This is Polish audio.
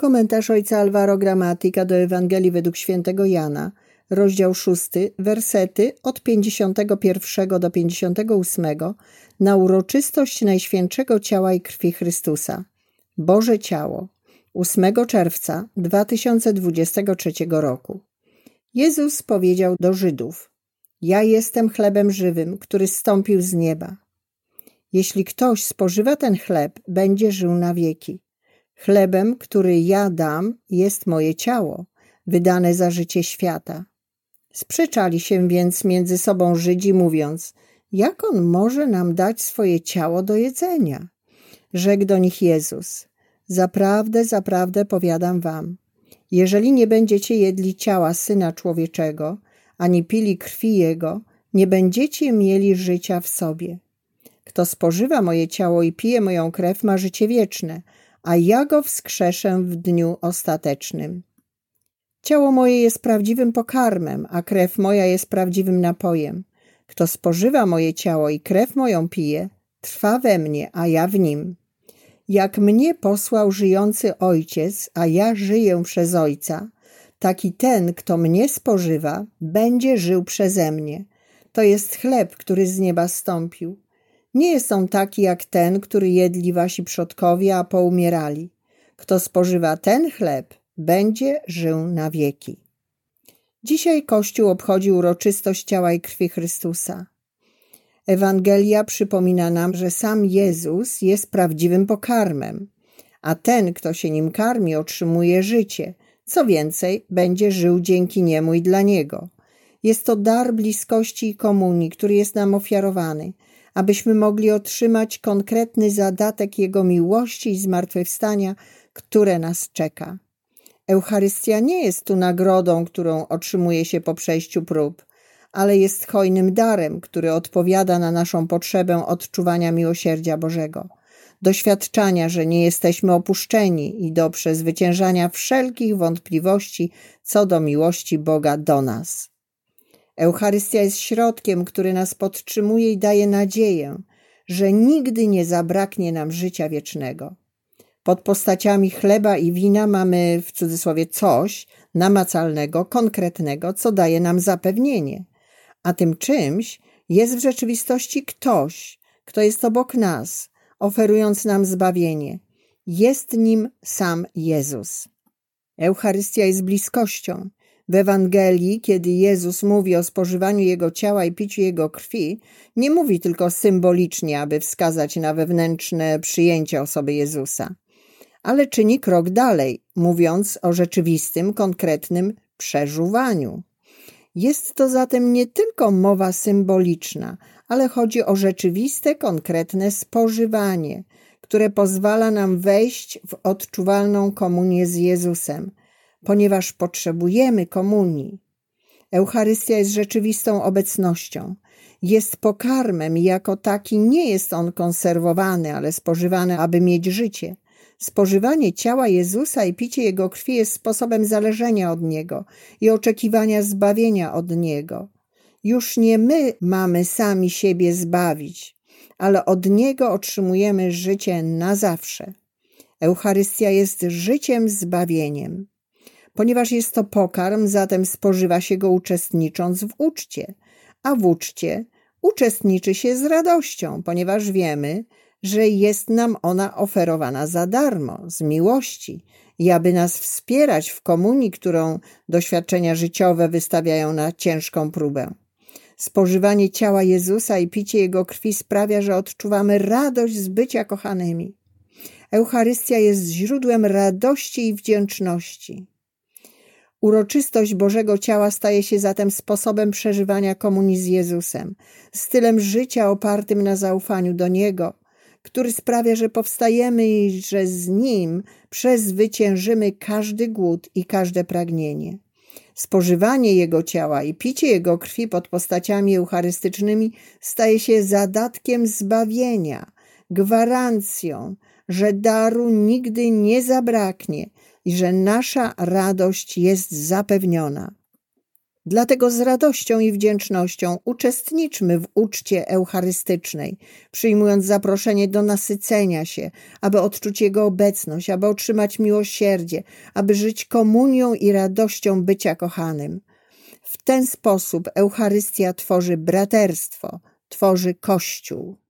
Komentarz ojca Alvaro Gramatika do Ewangelii według świętego Jana, rozdział 6, wersety od 51 do 58 na uroczystość Najświętszego Ciała i Krwi Chrystusa. Boże Ciało, 8 czerwca 2023 roku. Jezus powiedział do Żydów: Ja jestem chlebem żywym, który zstąpił z nieba. Jeśli ktoś spożywa ten chleb, będzie żył na wieki. Chlebem, który ja dam, jest moje ciało, wydane za życie świata. Sprzeczali się więc między sobą Żydzi, mówiąc: jak on może nam dać swoje ciało do jedzenia? Rzekł do nich Jezus: Zaprawdę, zaprawdę powiadam wam, jeżeli nie będziecie jedli ciała Syna Człowieczego, ani pili krwi Jego, nie będziecie mieli życia w sobie. Kto spożywa moje ciało i pije moją krew, ma życie wieczne, a ja go wskrzeszę w dniu ostatecznym. Ciało moje jest prawdziwym pokarmem, a krew moja jest prawdziwym napojem. Kto spożywa moje ciało i krew moją pije, trwa we mnie, a ja w nim. Jak mnie posłał żyjący Ojciec, a ja żyję przez Ojca, taki ten, kto mnie spożywa, będzie żył przeze mnie. To jest chleb, który z nieba zstąpił. Nie jest on taki jak ten, który jedli wasi przodkowie, a poumierali. Kto spożywa ten chleb, będzie żył na wieki. Dzisiaj Kościół obchodzi uroczystość ciała i krwi Chrystusa. Ewangelia przypomina nam, że sam Jezus jest prawdziwym pokarmem, a ten, kto się nim karmi, otrzymuje życie. Co więcej, będzie żył dzięki niemu i dla niego. Jest to dar bliskości i komunii, który jest nam ofiarowany, abyśmy mogli otrzymać konkretny zadatek Jego miłości i zmartwychwstania, które nas czeka. Eucharystia nie jest tu nagrodą, którą otrzymuje się po przejściu prób, ale jest hojnym darem, który odpowiada na naszą potrzebę odczuwania miłosierdzia Bożego, doświadczania, że nie jesteśmy opuszczeni i do przezwyciężania wszelkich wątpliwości co do miłości Boga do nas. Eucharystia jest środkiem, który nas podtrzymuje i daje nadzieję, że nigdy nie zabraknie nam życia wiecznego. Pod postaciami chleba i wina mamy w cudzysłowie coś namacalnego, konkretnego, co daje nam zapewnienie. A tym czymś jest w rzeczywistości ktoś, kto jest obok nas, oferując nam zbawienie. Jest nim sam Jezus. Eucharystia jest bliskością. W Ewangelii, kiedy Jezus mówi o spożywaniu Jego ciała i piciu Jego krwi, nie mówi tylko symbolicznie, aby wskazać na wewnętrzne przyjęcie osoby Jezusa, ale czyni krok dalej, mówiąc o rzeczywistym, konkretnym przeżuwaniu. Jest to zatem nie tylko mowa symboliczna, ale chodzi o rzeczywiste, konkretne spożywanie, które pozwala nam wejść w odczuwalną komunię z Jezusem, ponieważ potrzebujemy komunii. Eucharystia jest rzeczywistą obecnością. Jest pokarmem i jako taki nie jest on konserwowany, ale spożywany, aby mieć życie. Spożywanie ciała Jezusa i picie Jego krwi jest sposobem zależenia od Niego i oczekiwania zbawienia od Niego. Już nie my mamy sami siebie zbawić, ale od Niego otrzymujemy życie na zawsze. Eucharystia jest życiem, zbawieniem. Ponieważ jest to pokarm, zatem spożywa się go uczestnicząc w uczcie, a w uczcie uczestniczy się z radością, ponieważ wiemy, że jest nam ona oferowana za darmo, z miłości i aby nas wspierać w komunii, którą doświadczenia życiowe wystawiają na ciężką próbę. Spożywanie ciała Jezusa i picie Jego krwi sprawia, że odczuwamy radość z bycia kochanymi. Eucharystia jest źródłem radości i wdzięczności. Uroczystość Bożego Ciała staje się zatem sposobem przeżywania komunii z Jezusem, stylem życia opartym na zaufaniu do Niego, który sprawia, że powstajemy i że z Nim przezwyciężymy każdy głód i każde pragnienie. Spożywanie Jego ciała i picie Jego krwi pod postaciami eucharystycznymi staje się zadatkiem zbawienia, gwarancją, że daru nigdy nie zabraknie i że nasza radość jest zapewniona. Dlatego z radością i wdzięcznością uczestniczmy w uczcie eucharystycznej, przyjmując zaproszenie do nasycenia się, aby odczuć Jego obecność, aby otrzymać miłosierdzie, aby żyć komunią i radością bycia kochanym. W ten sposób Eucharystia tworzy braterstwo, tworzy Kościół.